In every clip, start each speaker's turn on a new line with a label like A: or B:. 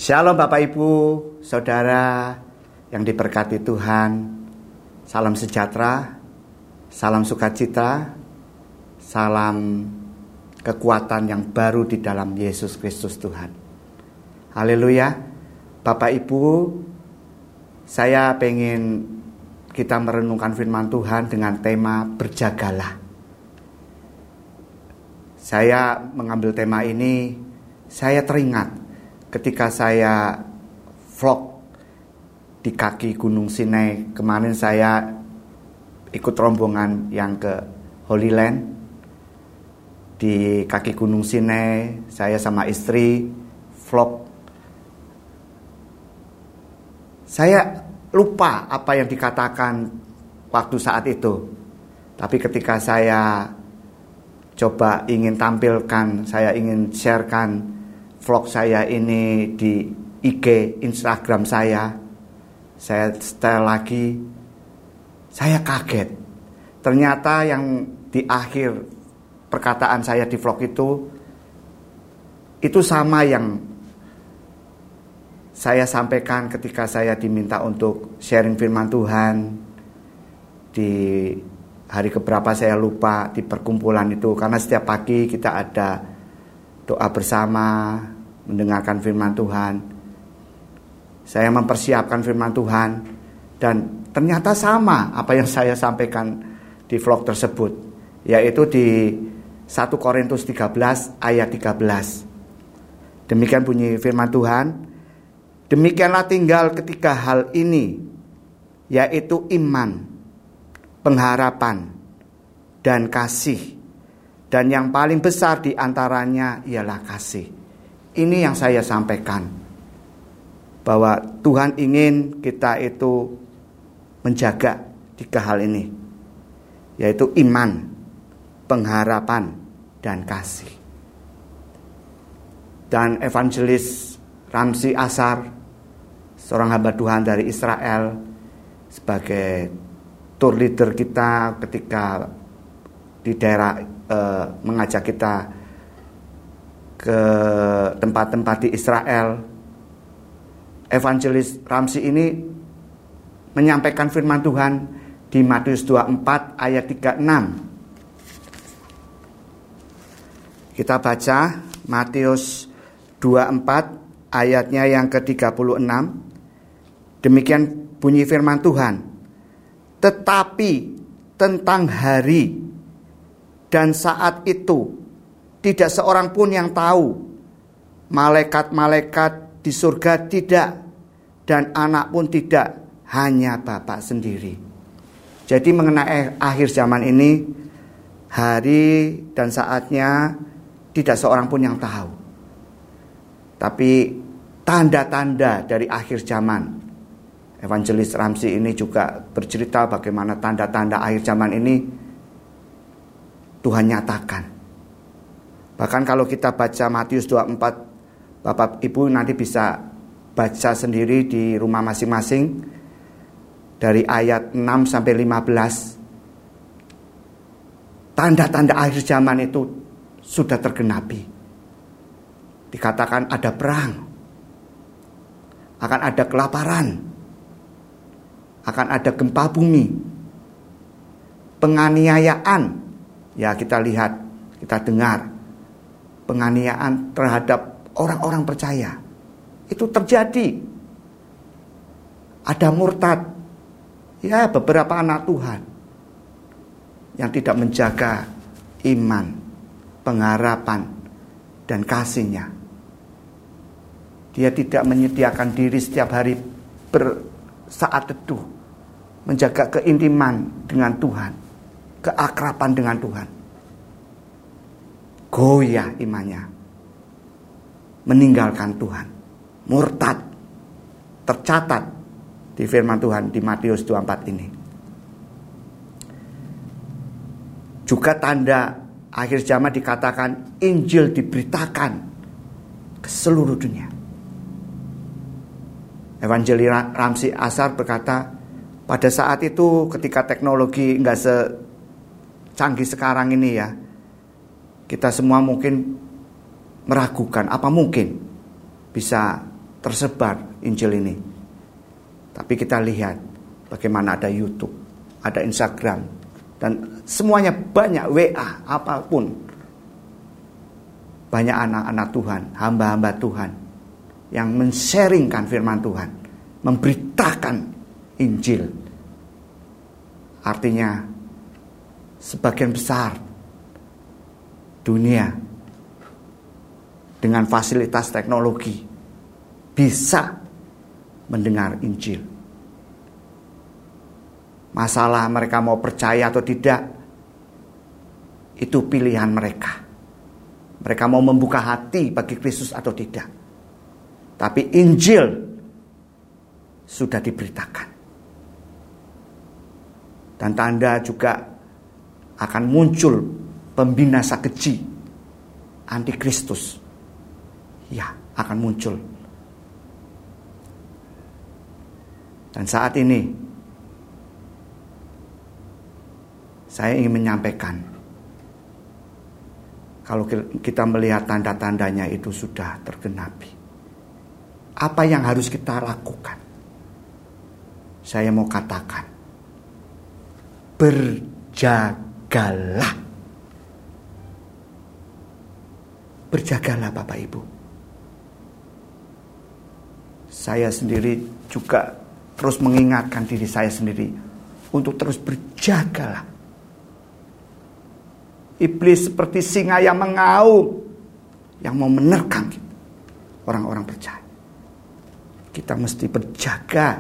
A: Shalom Bapak Ibu, Saudara yang diberkati Tuhan. Salam sejahtera, salam sukacita, salam kekuatan yang baru di dalam Yesus Kristus Tuhan. Haleluya. Bapak Ibu, saya pengen kita merenungkan firman Tuhan dengan tema berjagalah. Saya mengambil tema ini, saya teringat ketika saya vlog di kaki Gunung Sinai. Kemarin saya ikut rombongan yang ke Holy Land. Di kaki Gunung Sinai, saya sama istri vlog. Saya lupa apa yang dikatakan waktu saat itu. Tapi ketika saya coba ingin tampilkan, saya ingin sharekan vlog saya ini di IG, Instagram saya setel lagi, saya kaget. Ternyata yang di akhir perkataan saya di vlog itu sama yang saya sampaikan ketika saya diminta untuk sharing firman Tuhan di hari keberapa saya lupa, di perkumpulan itu. Karena setiap pagi kita ada doa bersama, mendengarkan firman Tuhan. Saya mempersiapkan firman Tuhan, dan ternyata sama apa yang saya sampaikan di vlog tersebut, yaitu di 1 Korintus 13 ayat 13. Demikian bunyi firman Tuhan. Demikianlah tinggal ketiga hal ini, yaitu iman, pengharapan, dan kasih. Dan yang paling besar di antaranya ialah kasih. Ini yang saya sampaikan, bahwa Tuhan ingin kita itu menjaga tiga hal ini, yaitu iman, pengharapan, dan kasih. Dan evangelis Ramsi Asar, seorang hamba Tuhan dari Israel, sebagai tour leader kita ketika di daerah, mengajak kita ke tempat-tempat di Israel. Evangelis Ramsi ini menyampaikan firman Tuhan di Matius 24 ayat 36. Kita baca Matius 24 ayatnya yang ke-36. Demikian bunyi firman Tuhan. Tetapi tentang hari dan saat itu tidak seorang pun yang tahu, malaikat-malaikat di surga tidak, dan anak pun tidak, hanya Bapa sendiri. Jadi mengenai akhir zaman ini, hari dan saatnya tidak seorang pun yang tahu. Tapi tanda-tanda dari akhir zaman, Evangelis Ramsi ini juga bercerita bagaimana tanda-tanda akhir zaman ini Tuhan nyatakan. Bahkan kalau kita baca Matius 24, Bapak Ibu nanti bisa baca sendiri di rumah masing-masing dari ayat 6 sampai 15. Tanda-tanda akhir zaman itu sudah tergenapi. Dikatakan ada perang, akan ada kelaparan, akan ada gempa bumi, penganiayaan. Ya, kita lihat, kita dengar penganiayaan terhadap orang-orang percaya. Itu terjadi. Ada murtad. Ya, beberapa anak Tuhan yang tidak menjaga iman, pengharapan, dan kasihnya. Dia tidak menyediakan diri setiap hari saat teduh, menjaga keintiman dengan Tuhan, keakraban dengan Tuhan. Goyah imannya, meninggalkan Tuhan, murtad, tercatat di firman Tuhan di Matius 24 ini. Juga tanda akhir zaman dikatakan Injil diberitakan ke seluruh dunia. Evangelis Ramsi Asar berkata, pada saat itu ketika teknologi nggak secanggih sekarang ini ya, kita semua mungkin meragukan apa mungkin bisa tersebar Injil ini. Tapi kita lihat bagaimana ada YouTube, ada Instagram, dan semuanya banyak, WA, apapun. Banyak anak-anak Tuhan, hamba-hamba Tuhan yang men-sharingkan firman Tuhan, memberitakan Injil. Artinya sebagian besar dunia dengan fasilitas teknologi bisa mendengar Injil. Masalah mereka mau percaya atau tidak, itu pilihan mereka. Mereka mau membuka hati bagi Kristus atau tidak. Tapi Injil sudah diberitakan. Dan tanda juga akan muncul pembinasa keji, antikristus. Ya, akan muncul. Dan saat ini saya ingin menyampaikan, kalau kita melihat tanda-tandanya itu sudah tergenapi, apa yang harus kita lakukan? Saya mau katakan, berjagalah. Berjagalah Bapak Ibu. Saya sendiri juga terus mengingatkan diri saya sendiri untuk terus berjagalah. Iblis seperti singa yang mengaum, yang mau menerkam orang-orang percaya. Kita mesti berjaga.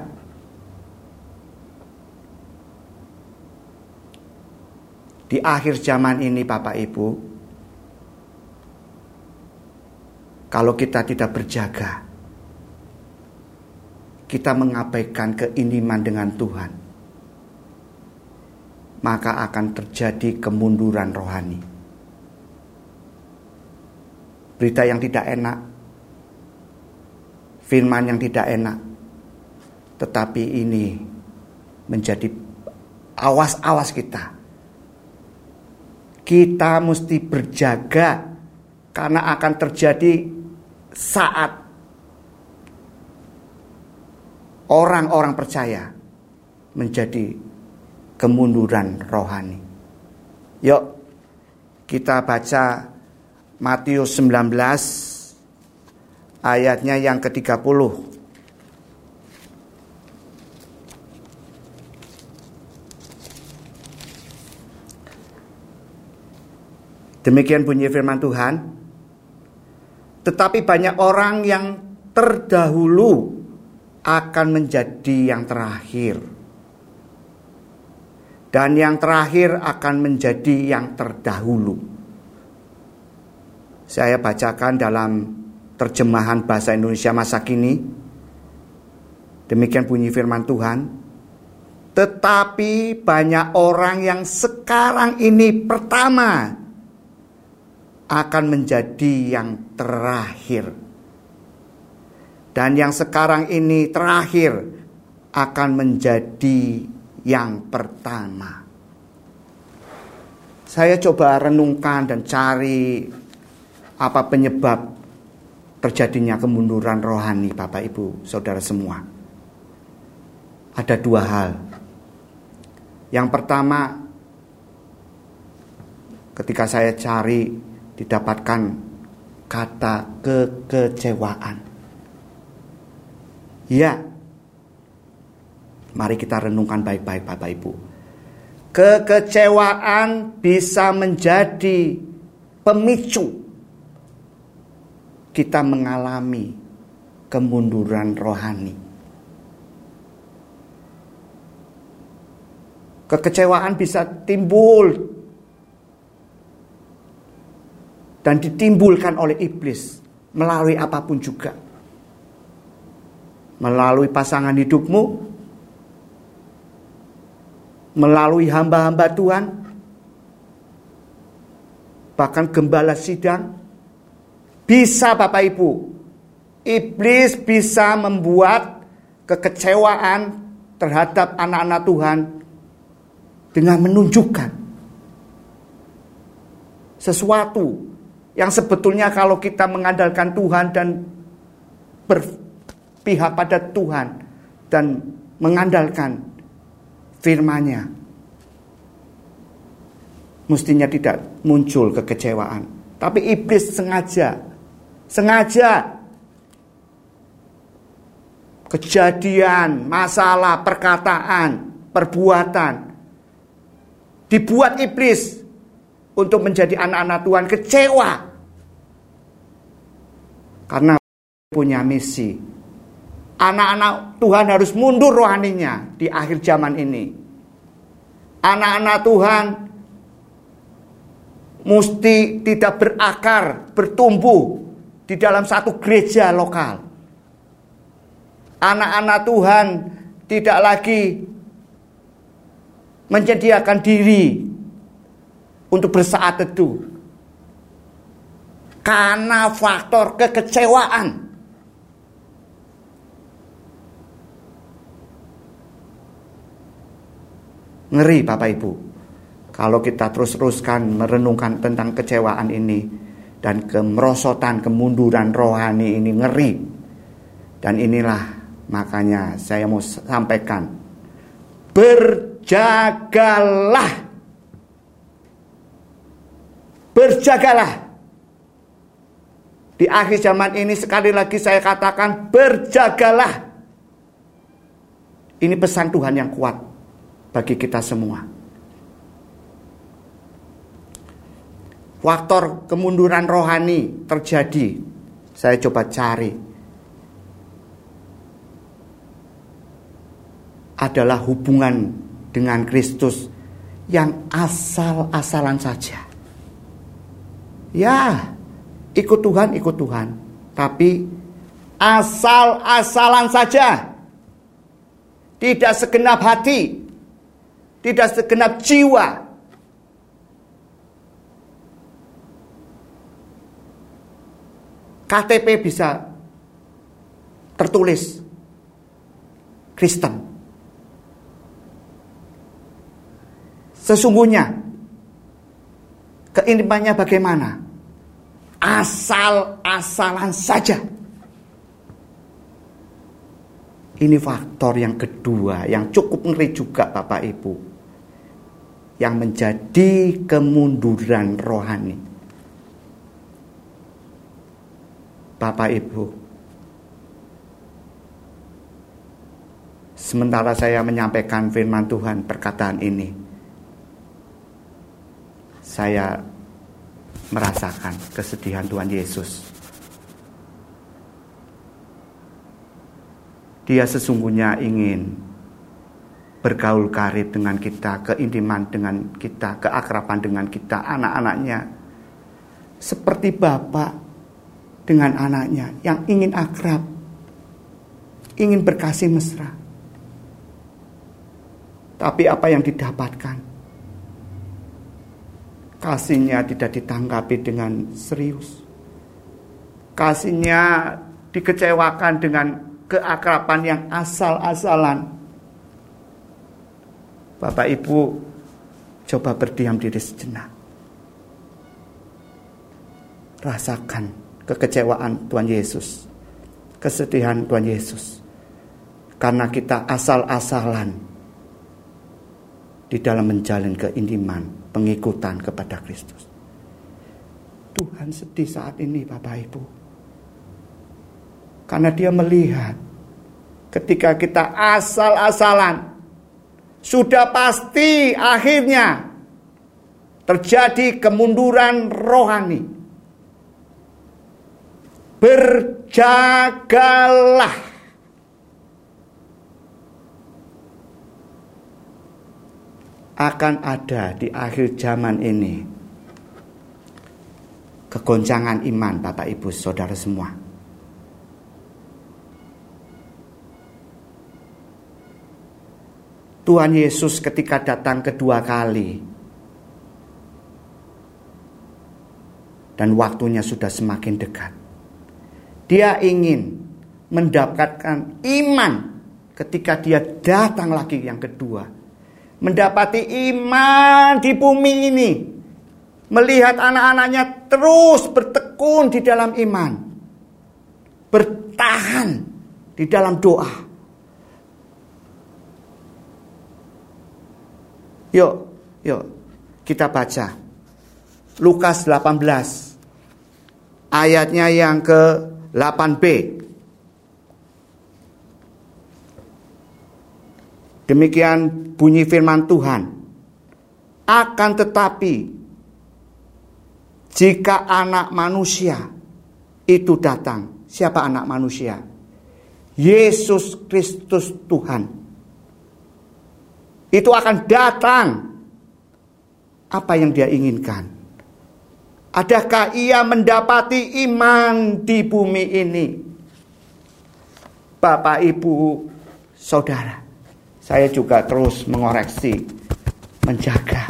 A: Di akhir zaman ini Bapak Ibu, kalau kita tidak berjaga, kita mengabaikan keiniman dengan Tuhan, maka akan terjadi kemunduran rohani. Berita yang tidak enak, firman yang tidak enak, tetapi ini menjadi awas-awas kita. Kita mesti berjaga, karena akan terjadi saat orang-orang percaya menjadi kemunduran rohani. Yuk kita baca Matius 19 ayatnya yang ke-30. Demikian bunyi firman Tuhan. Tetapi banyak orang yang terdahulu akan menjadi yang terakhir, dan yang terakhir akan menjadi yang terdahulu. Saya bacakan dalam terjemahan bahasa Indonesia masa kini. Demikian bunyi firman Tuhan. Tetapi banyak orang yang sekarang ini pertama akan menjadi yang terakhir, dan yang sekarang ini terakhir akan menjadi yang pertama. Saya coba renungkan dan cari apa penyebab terjadinya kemunduran rohani Bapak Ibu Saudara semua. Ada dua hal. Yang pertama, ketika saya cari, didapatkan kata kekecewaan. Ya, mari kita renungkan baik-baik Bapak Ibu. Kekecewaan bisa menjadi pemicu kita mengalami kemunduran rohani. Kekecewaan bisa timbul dan ditimbulkan oleh iblis melalui apapun juga. Melalui pasangan hidupmu, melalui hamba-hamba Tuhan, bahkan gembala sidang. Bisa Bapak Ibu, iblis bisa membuat kekecewaan terhadap anak-anak Tuhan dengan menunjukkan sesuatu yang sebetulnya kalau kita mengandalkan Tuhan dan berpihak pada Tuhan dan mengandalkan firman-Nya, mestinya tidak muncul kekecewaan. Tapi iblis sengaja kejadian, masalah, perkataan, perbuatan dibuat iblis untuk menjadi anak-anak Tuhan kecewa. Karena punya misi. Anak-anak Tuhan harus mundur rohaninya di akhir zaman ini. Anak-anak Tuhan mesti tidak berakar, bertumbuh di dalam satu gereja lokal. Anak-anak Tuhan tidak lagi menyediakan diri untuk bersaat teduh karena faktor kekecewaan. Ngeri Bapak Ibu, kalau kita terus-teruskan merenungkan tentang kecewaan ini dan kemerosotan, kemunduran rohani ini, ngeri. Dan inilah makanya saya mau sampaikan, berjagalah. Berjagalah. Di akhir zaman ini sekali lagi saya katakan, berjagalah. Ini pesan Tuhan yang kuat bagi kita semua. Faktor kemunduran rohani terjadi. Saya coba cari. Adalah hubungan dengan Kristus yang asal-asalan saja. Ya, ikut Tuhan. Tapi asal-asalan saja. Tidak segenap hati. Tidak segenap jiwa. KTP bisa tertulis Kristen. Sesungguhnya keimanannya bagaimana? Asal-asalan saja. Ini faktor yang kedua yang cukup ngeri juga Bapak Ibu, yang menjadi kemunduran rohani. Bapak Ibu, sementara saya menyampaikan firman Tuhan, perkataan ini, saya merasakan kesedihan Tuhan Yesus. Dia sesungguhnya ingin bergaul karib dengan kita, keintiman dengan kita, keakraban dengan kita, anak-anaknya. Seperti Bapak dengan anaknya yang ingin akrab, ingin berkasih mesra. Tapi apa yang didapatkan? Kasihnya tidak ditanggapi dengan serius. Kasihnya dikecewakan dengan keakraban yang asal-asalan. Bapak Ibu, coba berdiam diri sejenak. Rasakan kekecewaan Tuhan Yesus, kesedihan Tuhan Yesus, karena kita asal-asalan di dalam menjalin keintiman, pengikutan kepada Kristus. Tuhan sedih saat ini Bapak Ibu, karena Dia melihat ketika kita asal-asalan, sudah pasti akhirnya terjadi kemunduran rohani. Berjagalah. Akan ada di akhir zaman ini kegoncangan iman Bapak Ibu Saudara semua. Tuhan Yesus ketika datang kedua kali dan waktunya sudah semakin dekat, Dia ingin mendapatkan iman ketika Dia datang lagi yang kedua. Mendapati iman di bumi ini. Melihat anak-anaknya terus bertekun di dalam iman. Bertahan di dalam doa. Yuk kita baca Lukas 18 ayatnya yang ke-8b. Demikian bunyi firman Tuhan. Akan tetapi jika Anak Manusia itu datang. Siapa Anak Manusia? Yesus Kristus Tuhan. Itu akan datang. Apa yang dia inginkan? Adakah ia mendapati iman di bumi ini? Bapak, Ibu, Saudara, saya juga terus mengoreksi, menjaga.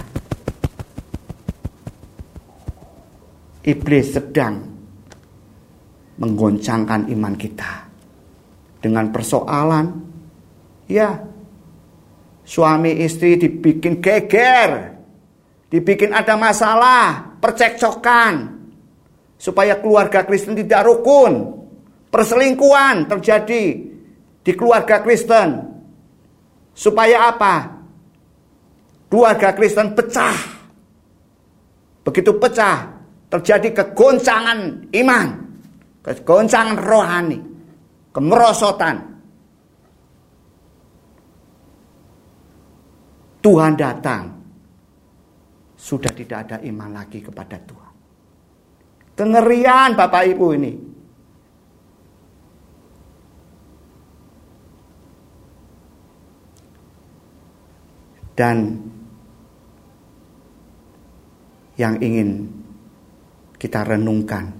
A: Iblis sedang menggoncangkan iman kita dengan persoalan, ya, suami istri dibikin geger, dibikin ada masalah, percekcokan, supaya keluarga Kristen tidak rukun, perselingkuhan terjadi di keluarga Kristen, supaya apa? Keluarga Kristen pecah. Begitu pecah, terjadi kegoncangan iman, kegoncangan rohani, kemerosotan. Tuhan datang, sudah tidak ada iman lagi kepada Tuhan. Kengerian Bapak Ibu ini. Dan yang ingin kita renungkan,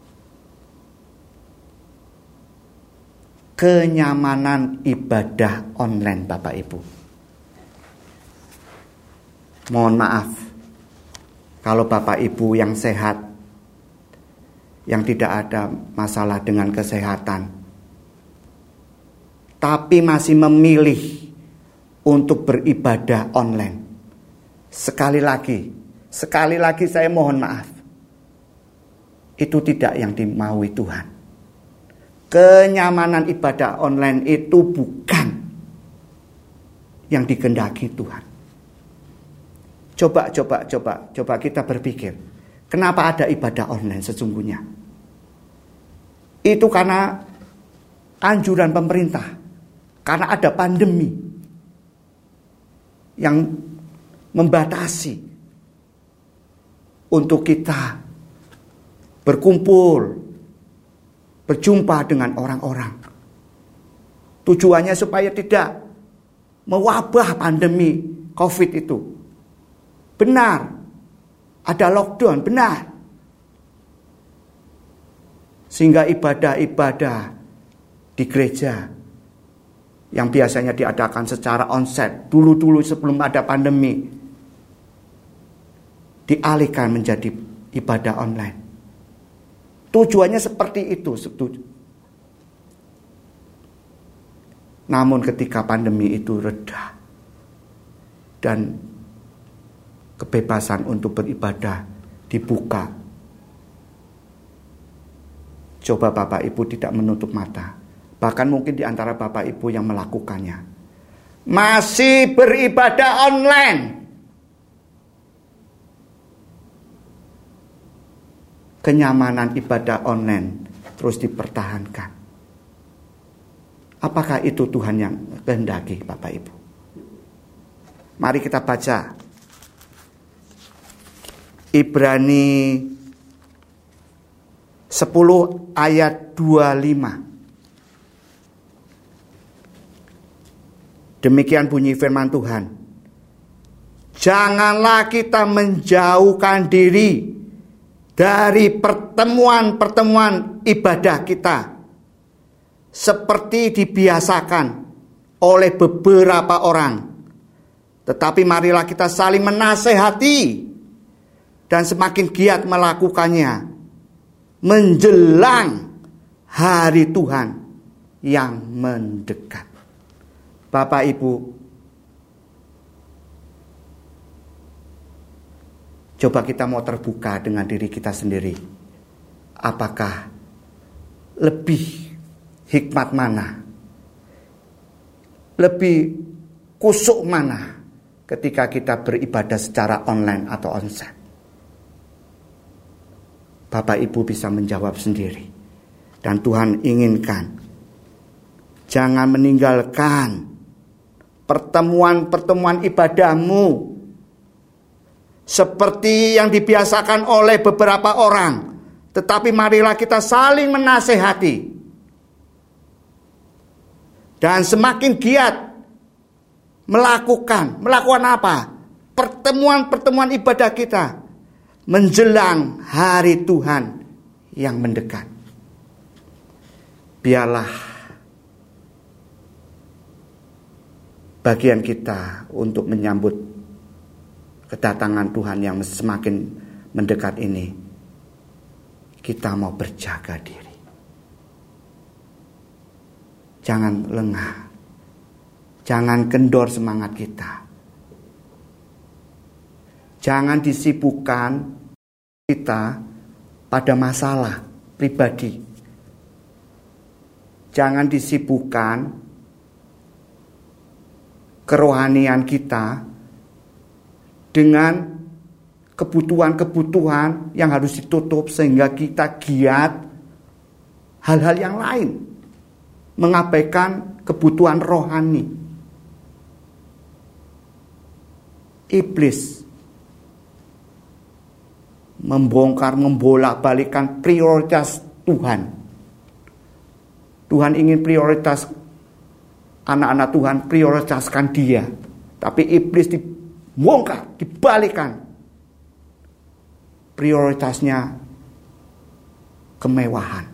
A: kenyamanan ibadah online Bapak Ibu. Mohon maaf kalau Bapak Ibu yang sehat, yang tidak ada masalah dengan kesehatan, tapi masih memilih untuk beribadah online. Sekali lagi saya mohon maaf. Itu tidak yang dimaui Tuhan. Kenyamanan ibadah online itu bukan yang dikehendaki Tuhan. Coba kita berpikir, kenapa ada ibadah online sesungguhnya? Itu karena anjuran pemerintah, karena ada pandemi yang membatasi untuk kita berkumpul, berjumpa dengan orang-orang. Tujuannya supaya tidak mewabah pandemi COVID itu. Benar, ada lockdown, benar. Sehingga ibadah-ibadah di gereja yang biasanya diadakan secara onsite, dulu sebelum ada pandemi, dialihkan menjadi ibadah online. Tujuannya seperti itu. Namun ketika pandemi itu reda dan kebebasan untuk beribadah dibuka, coba Bapak Ibu tidak menutup mata. Bahkan mungkin di antara Bapak Ibu yang melakukannya masih beribadah online. Kenyamanan ibadah online terus dipertahankan. Apakah itu Tuhan yang kehendaki Bapak Ibu? Mari kita baca Ibrani 10 ayat 25. Demikian bunyi firman Tuhan. Janganlah kita menjauhkan diri dari pertemuan-pertemuan ibadah kita seperti dibiasakan oleh beberapa orang. Tetapi marilah kita saling menasehati dan semakin giat melakukannya menjelang hari Tuhan yang mendekat. Bapak Ibu, coba kita mau terbuka dengan diri kita sendiri. Apakah lebih hikmat mana lebih kusuk mana ketika kita beribadah secara online atau onsite? Bapak Ibu bisa menjawab sendiri. Dan Tuhan inginkan, jangan meninggalkan pertemuan-pertemuan ibadahmu seperti yang dibiasakan oleh beberapa orang. Tetapi marilah kita saling menasehati. Dan semakin giat melakukan apa? Pertemuan-pertemuan ibadah kita menjelang hari Tuhan yang mendekat. Biarlah bagian kita untuk menyambut kedatangan Tuhan yang semakin mendekat ini. Kita mau berjaga diri. Jangan lengah. Jangan kendor semangat kita. Jangan disibukkan kita pada masalah pribadi. Jangan disibukkan kerohanian kita dengan kebutuhan-kebutuhan yang harus ditutup sehingga kita giat hal-hal yang lain, mengabaikan kebutuhan rohani. Iblis membongkar, membolak-balikan prioritas Tuhan. Tuhan ingin prioritas anak-anak Tuhan, prioritaskan Dia. Tapi iblis dibongkar, dibalikan. Prioritasnya kemewahan.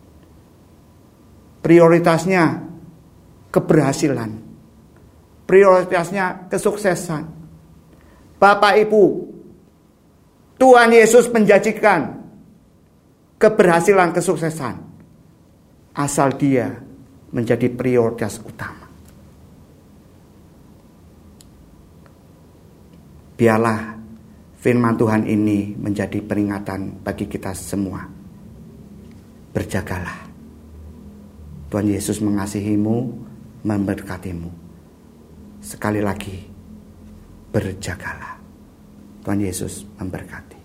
A: Prioritasnya keberhasilan. Prioritasnya kesuksesan. Bapak Ibu, Tuhan Yesus menjanjikan keberhasilan, kesuksesan, asal Dia menjadi prioritas utama. Biarlah firman Tuhan ini menjadi peringatan bagi kita semua. Berjagalah. Tuhan Yesus mengasihimu, memberkatimu. Sekali lagi, berjagalah. Tuhan Yesus memberkati.